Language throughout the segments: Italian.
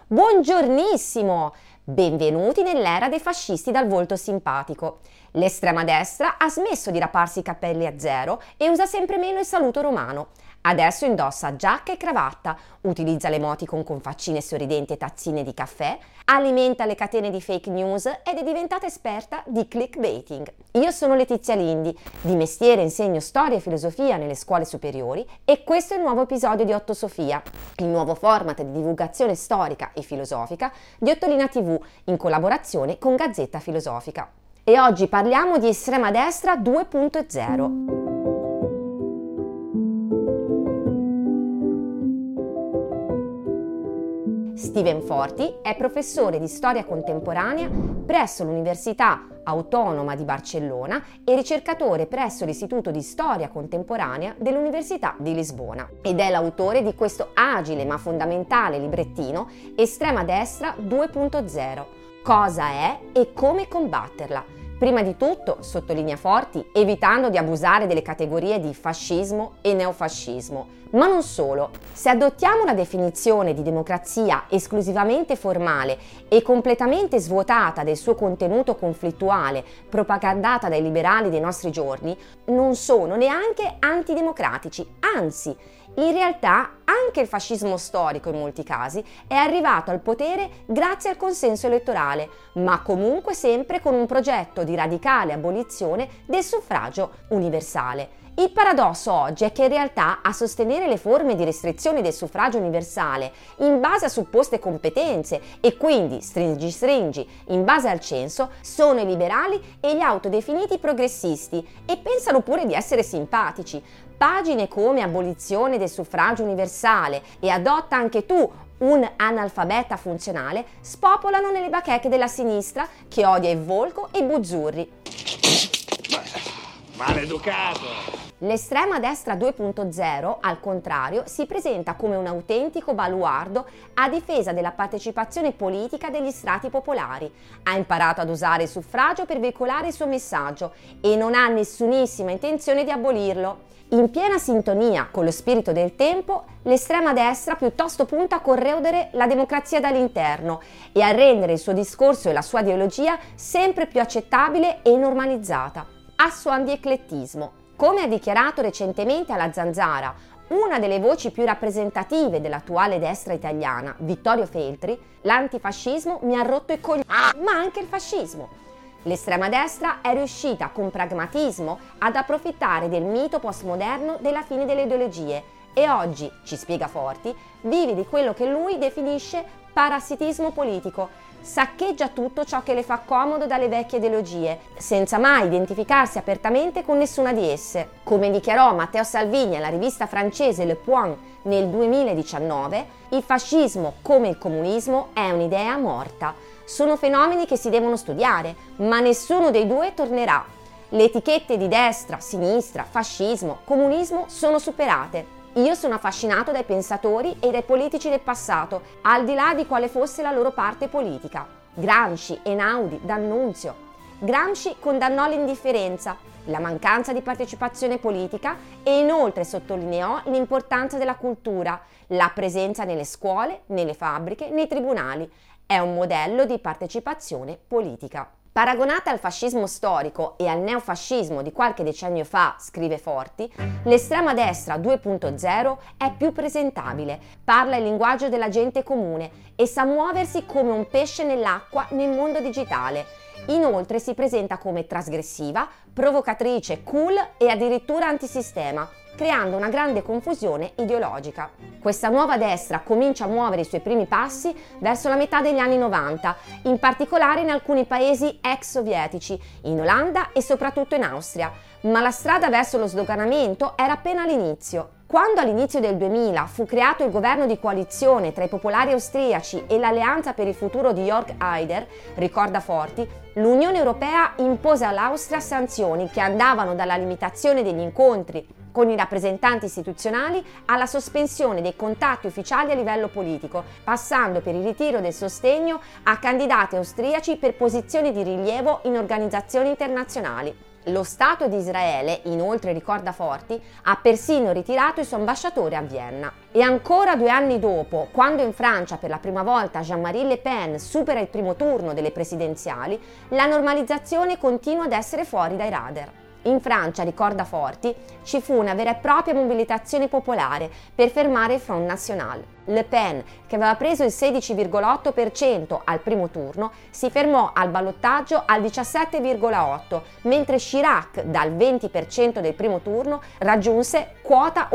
Buongiornissimo! Benvenuti nell'era dei fascisti dal volto simpatico. L'estrema destra ha smesso di raparsi i capelli a zero e usa sempre meno il saluto romano. Adesso indossa giacca e cravatta, utilizza l'emoticon con faccine sorridenti e tazzine di caffè, alimenta le catene di fake news ed è diventata esperta di clickbaiting. Io sono Letizia Lindi, di mestiere insegno storia e filosofia nelle scuole superiori e questo è il nuovo episodio di Otto Sofia, il nuovo format di divulgazione storica e filosofica di Ottolina TV in collaborazione con Gazzetta Filosofica. E oggi parliamo di estrema destra 2.0. Steven Forti è professore di storia contemporanea presso l'Università Autonoma di Barcellona e ricercatore presso l'Istituto di Storia Contemporanea dell'Università di Lisbona ed è l'autore di questo agile ma fondamentale librettino Estrema destra 2.0. Cosa è e come combatterla? Prima di tutto, sottolinea Forti, evitando di abusare delle categorie di fascismo e neofascismo. Ma non solo. Se adottiamo la definizione di democrazia esclusivamente formale e completamente svuotata del suo contenuto conflittuale, propagandata dai liberali dei nostri giorni, non sono neanche antidemocratici, anzi, in realtà anche il fascismo storico in molti casi è arrivato al potere grazie al consenso elettorale, ma comunque sempre con un progetto di radicale abolizione del suffragio universale. Il paradosso oggi è che in realtà a sostenere le forme di restrizione del suffragio universale in base a supposte competenze e quindi stringi in base al censo sono i liberali e gli autodefiniti progressisti e pensano pure di essere simpatici. Pagine come Abolizione del suffragio universale e Adotta anche tu un analfabeta funzionale spopolano nelle bacheche della sinistra che odia il Volco e i Buzzurri. Maleducato! L'estrema destra 2.0, al contrario, si presenta come un autentico baluardo a difesa della partecipazione politica degli strati popolari. Ha imparato ad usare il suffragio per veicolare il suo messaggio e non ha nessunissima intenzione di abolirlo. In piena sintonia con lo spirito del tempo, l'estrema destra piuttosto punta a corrodere la democrazia dall'interno e a rendere il suo discorso e la sua ideologia sempre più accettabile e normalizzata, a suon di eclettismo. Come ha dichiarato recentemente alla Zanzara una delle voci più rappresentative dell'attuale destra italiana, Vittorio Feltri, l'antifascismo mi ha rotto i coglioni, ma anche il fascismo. L'estrema destra è riuscita con pragmatismo ad approfittare del mito postmoderno della fine delle ideologie e oggi, ci spiega Forti, vive di quello che lui definisce parassitismo politico. Saccheggia tutto ciò che le fa comodo dalle vecchie ideologie, senza mai identificarsi apertamente con nessuna di esse. Come dichiarò Matteo Salvini alla rivista francese Le Point nel 2019, il fascismo, come il comunismo, è un'idea morta. Sono fenomeni che si devono studiare, ma nessuno dei due tornerà. Le etichette di destra, sinistra, fascismo, comunismo sono superate. Io sono affascinato dai pensatori e dai politici del passato, al di là di quale fosse la loro parte politica. Gramsci, Einaudi, D'Annunzio. Gramsci condannò l'indifferenza, la mancanza di partecipazione politica e inoltre sottolineò l'importanza della cultura, la presenza nelle scuole, nelle fabbriche, nei tribunali. È un modello di partecipazione politica. Paragonata al fascismo storico e al neofascismo di qualche decennio fa, scrive Forti, l'estrema destra 2.0 è più presentabile, parla il linguaggio della gente comune e sa muoversi come un pesce nell'acqua nel mondo digitale. Inoltre si presenta come trasgressiva, provocatrice, cool e addirittura antisistema, creando una grande confusione ideologica. Questa nuova destra comincia a muovere i suoi primi passi verso la metà degli anni 90, in particolare in alcuni paesi ex sovietici, in Olanda e soprattutto in Austria, ma la strada verso lo sdoganamento era appena all'inizio. Quando all'inizio del 2000 fu creato il governo di coalizione tra i popolari austriaci e l'Alleanza per il futuro di Jörg Haider, ricorda Forti, l'Unione Europea impose all'Austria sanzioni che andavano dalla limitazione degli incontri con i rappresentanti istituzionali alla sospensione dei contatti ufficiali a livello politico, passando per il ritiro del sostegno a candidati austriaci per posizioni di rilievo in organizzazioni internazionali. Lo Stato di Israele, inoltre ricorda Forti, ha persino ritirato il suo ambasciatore a Vienna. E ancora 2 anni dopo, quando in Francia per la prima volta Jean-Marie Le Pen supera il primo turno delle presidenziali, la normalizzazione continua ad essere fuori dai radar. In Francia, ricorda Forti, ci fu una vera e propria mobilitazione popolare per fermare il Front National. Le Pen, che aveva preso il 16,8% al primo turno, si fermò al ballottaggio al 17,8%, mentre Chirac, dal 20% del primo turno, raggiunse quota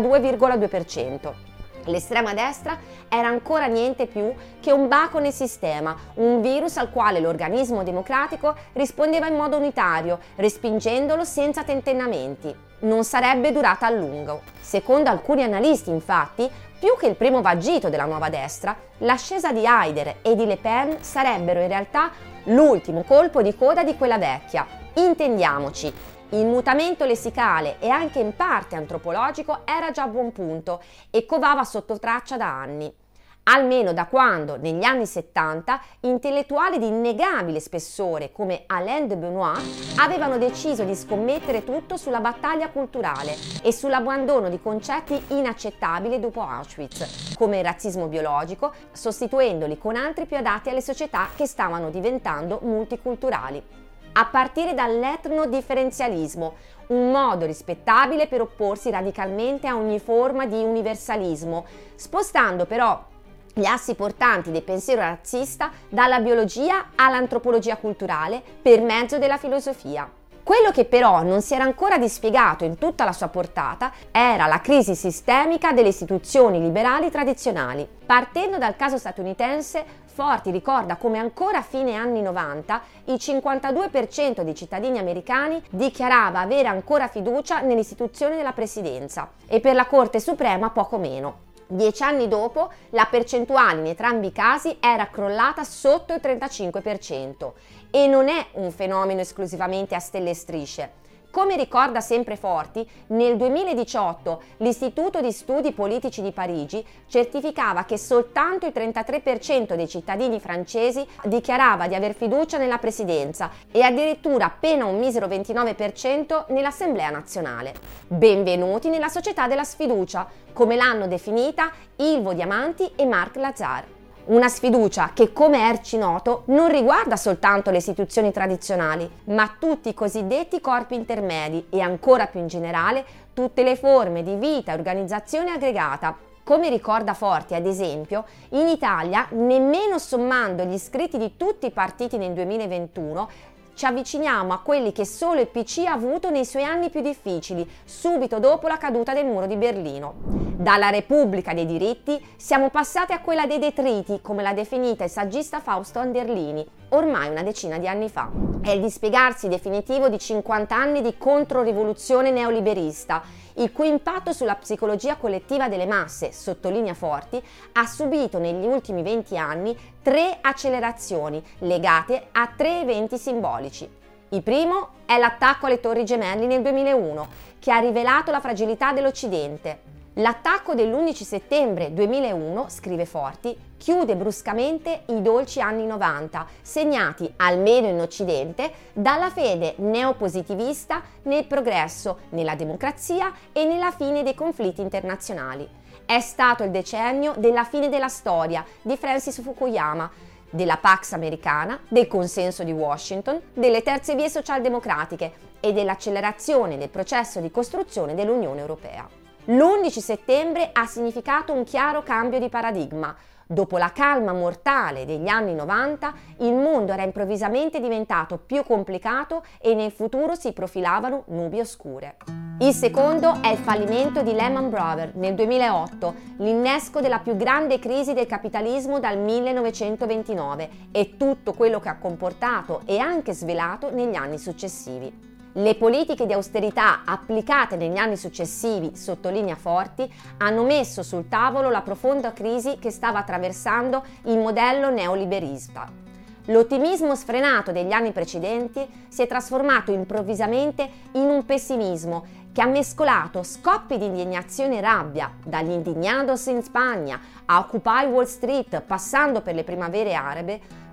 82,2%. L'estrema destra era ancora niente più che un baco nel sistema, un virus al quale l'organismo democratico rispondeva in modo unitario, respingendolo senza tentennamenti. Non sarebbe durata a lungo. Secondo alcuni analisti, infatti, più che il primo vagito della nuova destra, l'ascesa di Haider e di Le Pen sarebbero in realtà l'ultimo colpo di coda di quella vecchia. Intendiamoci. Il mutamento lessicale e anche in parte antropologico era già a buon punto e covava sotto traccia da anni. Almeno da quando, negli anni 70, intellettuali di innegabile spessore come Alain de Benoist avevano deciso di scommettere tutto sulla battaglia culturale e sull'abbandono di concetti inaccettabili dopo Auschwitz, come il razzismo biologico, sostituendoli con altri più adatti alle società che stavano diventando multiculturali. A partire dall'etnodifferenzialismo, un modo rispettabile per opporsi radicalmente a ogni forma di universalismo, spostando però gli assi portanti del pensiero razzista dalla biologia all'antropologia culturale per mezzo della filosofia. Quello che però non si era ancora dispiegato in tutta la sua portata era la crisi sistemica delle istituzioni liberali tradizionali. Partendo dal caso statunitense, Forti ricorda come ancora a fine anni 90 il 52% dei cittadini americani dichiarava avere ancora fiducia nell'istituzione della presidenza e per la Corte Suprema poco meno. 10 anni dopo, la percentuale in entrambi i casi era crollata sotto il 35% e non è un fenomeno esclusivamente a stelle e strisce. Come ricorda sempre Forti, nel 2018 l'Istituto di Studi Politici di Parigi certificava che soltanto il 33% dei cittadini francesi dichiarava di aver fiducia nella presidenza e addirittura appena un misero 29% nell'Assemblea nazionale. Benvenuti nella società della sfiducia, come l'hanno definita Ilvo Diamanti e Marc Lazare. Una sfiducia che, come è arcinoto, non riguarda soltanto le istituzioni tradizionali, ma tutti i cosiddetti corpi intermedi e ancora più in generale tutte le forme di vita e organizzazione aggregata. Come ricorda Forti, ad esempio, in Italia, nemmeno sommando gli iscritti di tutti i partiti nel 2021, ci avviciniamo a quelli che solo il PC ha avuto nei suoi anni più difficili, subito dopo la caduta del muro di Berlino. Dalla Repubblica dei diritti siamo passati a quella dei detriti, come l'ha definita il saggista Fausto Anderlini, ormai una decina di anni fa. È il dispiegarsi definitivo di 50 anni di controrivoluzione neoliberista, il cui impatto sulla psicologia collettiva delle masse, sottolinea Forti, ha subito negli ultimi 20 anni 3 accelerazioni legate a 3 eventi simbolici. Il primo è l'attacco alle Torri Gemelli nel 2001, che ha rivelato la fragilità dell'Occidente. L'attacco dell'11 settembre 2001, scrive Forti, chiude bruscamente i dolci anni 90, segnati, almeno in Occidente, dalla fede neopositivista nel progresso, nella democrazia e nella fine dei conflitti internazionali. È stato il decennio della fine della storia di Francis Fukuyama, della Pax Americana, del consenso di Washington, delle terze vie socialdemocratiche e dell'accelerazione del processo di costruzione dell'Unione Europea. L'11 settembre ha significato un chiaro cambio di paradigma. Dopo la calma mortale degli anni 90, il mondo era improvvisamente diventato più complicato e nel futuro si profilavano nubi oscure. Il secondo è il fallimento di Lehman Brothers nel 2008, l'innesco della più grande crisi del capitalismo dal 1929 e tutto quello che ha comportato e anche svelato negli anni successivi. Le politiche di austerità applicate negli anni successivi, sottolinea Forti, hanno messo sul tavolo la profonda crisi che stava attraversando il modello neoliberista. L'ottimismo sfrenato degli anni precedenti si è trasformato improvvisamente in un pessimismo che ha mescolato scoppi di indignazione e rabbia, dagli indignados in Spagna a Occupy Wall Street, passando per le primavere arabe,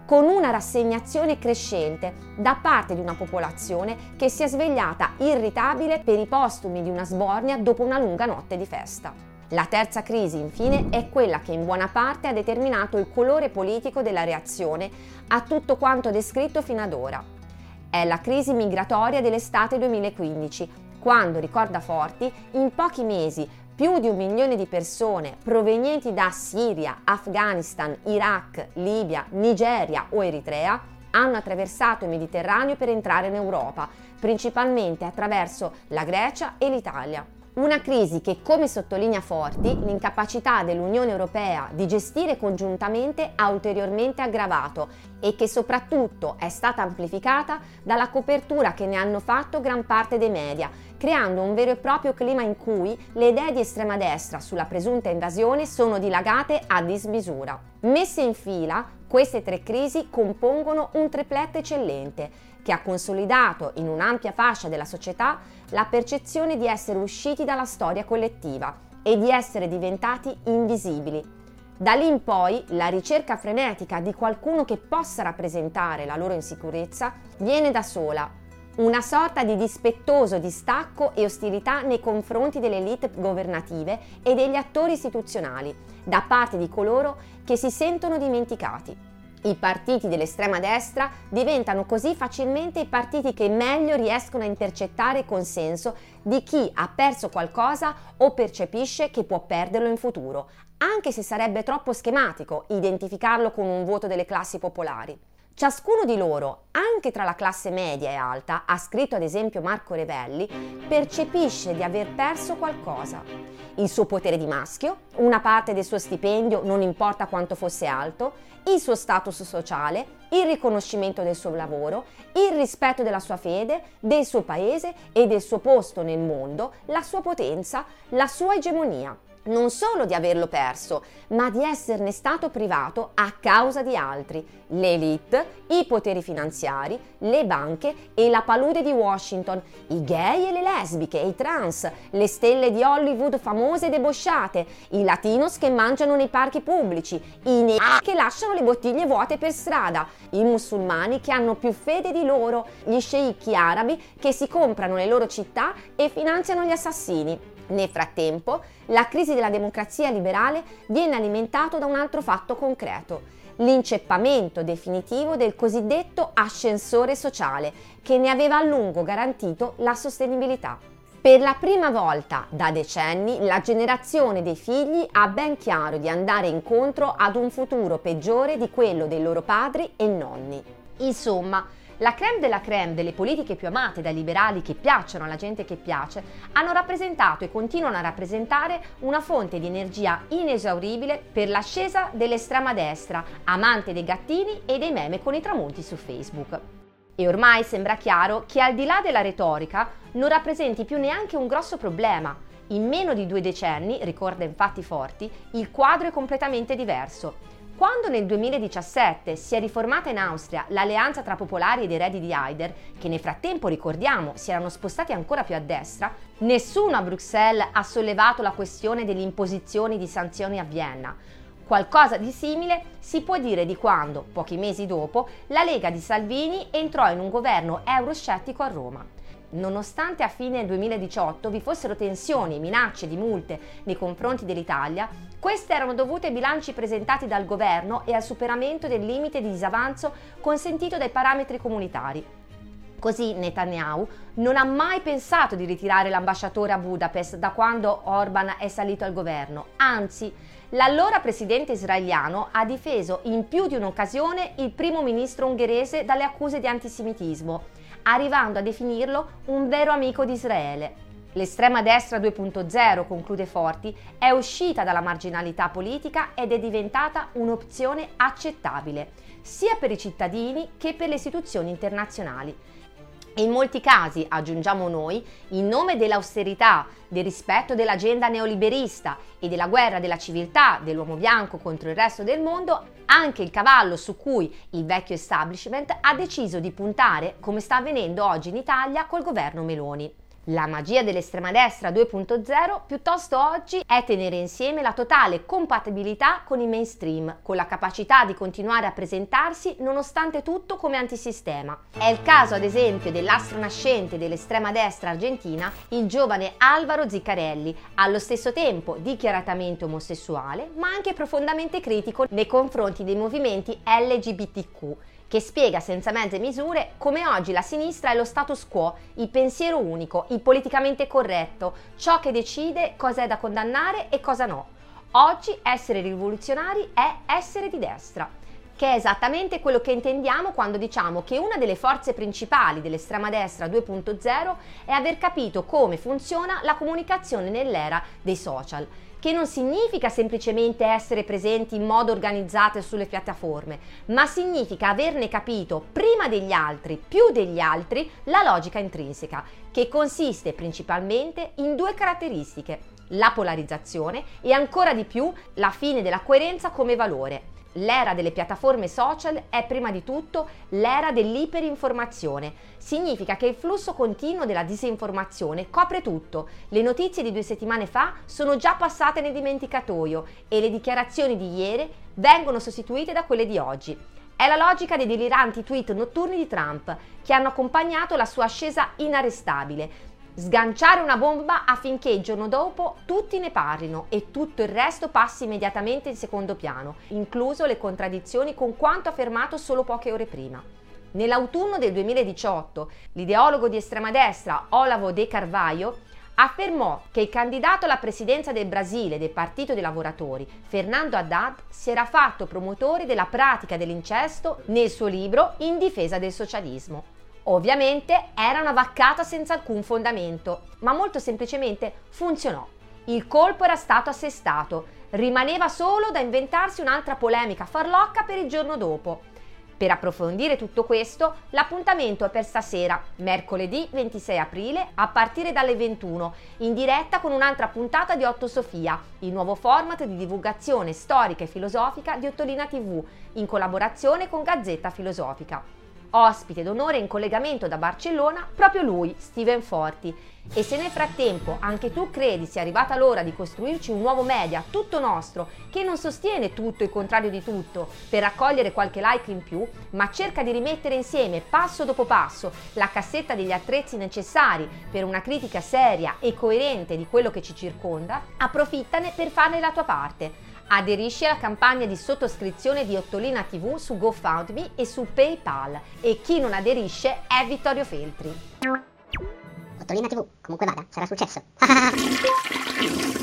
con una rassegnazione crescente da parte di una popolazione che si è svegliata irritabile per i postumi di una sbornia dopo una lunga notte di festa. La terza crisi, infine, è quella che in buona parte ha determinato il colore politico della reazione a tutto quanto descritto fino ad ora. È la crisi migratoria dell'estate 2015, quando, ricorda Forti, in pochi mesi più di 1 milione di persone provenienti da Siria, Afghanistan, Iraq, Libia, Nigeria o Eritrea hanno attraversato il Mediterraneo per entrare in Europa, principalmente attraverso la Grecia e l'Italia. Una crisi che, come sottolinea Forti, l'incapacità dell'Unione Europea di gestire congiuntamente ha ulteriormente aggravato e che soprattutto è stata amplificata dalla copertura che ne hanno fatto gran parte dei media, creando un vero e proprio clima in cui le idee di estrema destra sulla presunta invasione sono dilagate a dismisura. Messe in fila, queste tre crisi compongono un triplette eccellente, che ha consolidato in un'ampia fascia della società la percezione di essere usciti dalla storia collettiva e di essere diventati invisibili. Da lì in poi la ricerca frenetica di qualcuno che possa rappresentare la loro insicurezza viene da sola, una sorta di dispettoso distacco e ostilità nei confronti delle elite governative e degli attori istituzionali, da parte di coloro che si sentono dimenticati. I partiti dell'estrema destra diventano così facilmente i partiti che meglio riescono a intercettare il consenso di chi ha perso qualcosa o percepisce che può perderlo in futuro, anche se sarebbe troppo schematico identificarlo con un voto delle classi popolari. Ciascuno di loro, anche tra la classe media e alta, ha scritto ad esempio Marco Revelli, percepisce di aver perso qualcosa. Il suo potere di maschio, una parte del suo stipendio, non importa quanto fosse alto, il suo status sociale, il riconoscimento del suo lavoro, il rispetto della sua fede, del suo paese e del suo posto nel mondo, la sua potenza, la sua egemonia. Non solo di averlo perso, ma di esserne stato privato a causa di altri, le elite, i poteri finanziari, le banche e la palude di Washington, i gay e le lesbiche e i trans, le stelle di Hollywood famose e debosciate, i latinos che mangiano nei parchi pubblici, i neri che lasciano le bottiglie vuote per strada, i musulmani che hanno più fede di loro, gli sceicchi arabi che si comprano le loro città e finanziano gli assassini. Nel frattempo, la crisi della democrazia liberale viene alimentato da un altro fatto concreto, l'inceppamento definitivo del cosiddetto ascensore sociale, che ne aveva a lungo garantito la sostenibilità. Per la prima volta da decenni, la generazione dei figli ha ben chiaro di andare incontro ad un futuro peggiore di quello dei loro padri e nonni. Insomma, la crème della crème delle politiche più amate dai liberali che piacciono alla gente che piace hanno rappresentato e continuano a rappresentare una fonte di energia inesauribile per l'ascesa dell'estrema destra, amante dei gattini e dei meme con i tramonti su Facebook. E ormai sembra chiaro che al di là della retorica non rappresenti più neanche un grosso problema. In meno di 2 decenni, ricorda infatti Forti, il quadro è completamente diverso. Quando nel 2017 si è riformata in Austria l'alleanza tra popolari ed eredi di Haider, che nel frattempo, ricordiamo, si erano spostati ancora più a destra, nessuno a Bruxelles ha sollevato la questione delle imposizioni di sanzioni a Vienna. Qualcosa di simile si può dire di quando, pochi mesi dopo, la Lega di Salvini entrò in un governo euroscettico a Roma. Nonostante a fine 2018 vi fossero tensioni e minacce di multe nei confronti dell'Italia, queste erano dovute ai bilanci presentati dal governo e al superamento del limite di disavanzo consentito dai parametri comunitari. Così Netanyahu non ha mai pensato di ritirare l'ambasciatore a Budapest da quando Orban è salito al governo, anzi, l'allora presidente israeliano ha difeso in più di un'occasione il primo ministro ungherese dalle accuse di antisemitismo, arrivando a definirlo un vero amico di Israele. L'estrema destra 2.0, conclude Forti, è uscita dalla marginalità politica ed è diventata un'opzione accettabile, sia per i cittadini che per le istituzioni internazionali. E in molti casi, aggiungiamo noi, in nome dell'austerità, del rispetto dell'agenda neoliberista e della guerra della civiltà dell'uomo bianco contro il resto del mondo, anche il cavallo su cui il vecchio establishment ha deciso di puntare, come sta avvenendo oggi in Italia col governo Meloni. La magia dell'estrema destra 2.0 piuttosto oggi è tenere insieme la totale compatibilità con il mainstream, con la capacità di continuare a presentarsi nonostante tutto come antisistema. È il caso ad esempio dell'astro nascente dell'estrema destra argentina, il giovane Álvaro Ziccarelli, allo stesso tempo dichiaratamente omosessuale ma anche profondamente critico nei confronti dei movimenti LGBTQ, che spiega senza mezze misure come oggi la sinistra è lo status quo, il pensiero unico, il politicamente corretto, ciò che decide cosa è da condannare e cosa no. Oggi essere rivoluzionari è essere di destra, che è esattamente quello che intendiamo quando diciamo che una delle forze principali dell'estrema destra 2.0 è aver capito come funziona la comunicazione nell'era dei social, che non significa semplicemente essere presenti in modo organizzato sulle piattaforme, ma significa averne capito prima degli altri, più degli altri, la logica intrinseca, che consiste principalmente in due caratteristiche: la polarizzazione e ancora di più la fine della coerenza come valore. L'era delle piattaforme social è prima di tutto l'era dell'iperinformazione. Significa che il flusso continuo della disinformazione copre tutto. Le notizie di 2 settimane fa sono già passate nel dimenticatoio e le dichiarazioni di ieri vengono sostituite da quelle di oggi. È la logica dei deliranti tweet notturni di Trump che hanno accompagnato la sua ascesa inarrestabile. Sganciare una bomba affinché il giorno dopo tutti ne parlino e tutto il resto passi immediatamente in secondo piano, incluso le contraddizioni con quanto affermato solo poche ore prima. Nell'autunno del 2018, l'ideologo di estrema destra Olavo de Carvalho affermò che il candidato alla presidenza del Brasile del Partito dei Lavoratori, Fernando Haddad, si era fatto promotore della pratica dell'incesto nel suo libro In difesa del socialismo. Ovviamente era una vaccata senza alcun fondamento, ma molto semplicemente funzionò. Il colpo era stato assestato, rimaneva solo da inventarsi un'altra polemica farlocca per il giorno dopo. Per approfondire tutto questo, l'appuntamento è per stasera, mercoledì 26 aprile, a partire dalle 21, in diretta con un'altra puntata di Otto Sofia, il nuovo format di divulgazione storica e filosofica di Ottolina TV, in collaborazione con Gazzetta Filosofica. Ospite d'onore in collegamento da Barcellona proprio lui, Steven Forti. E se nel frattempo anche tu credi sia arrivata l'ora di costruirci un nuovo media tutto nostro, che non sostiene tutto il contrario di tutto per raccogliere qualche like in più, ma cerca di rimettere insieme passo dopo passo la cassetta degli attrezzi necessari per una critica seria e coerente di quello che ci circonda, approfittane per farne la tua parte. Aderisci alla campagna di sottoscrizione di Ottolina TV su GoFundMe e su PayPal, e chi non aderisce è Vittorio Feltri. Ottolina TV, comunque vada, sarà successo.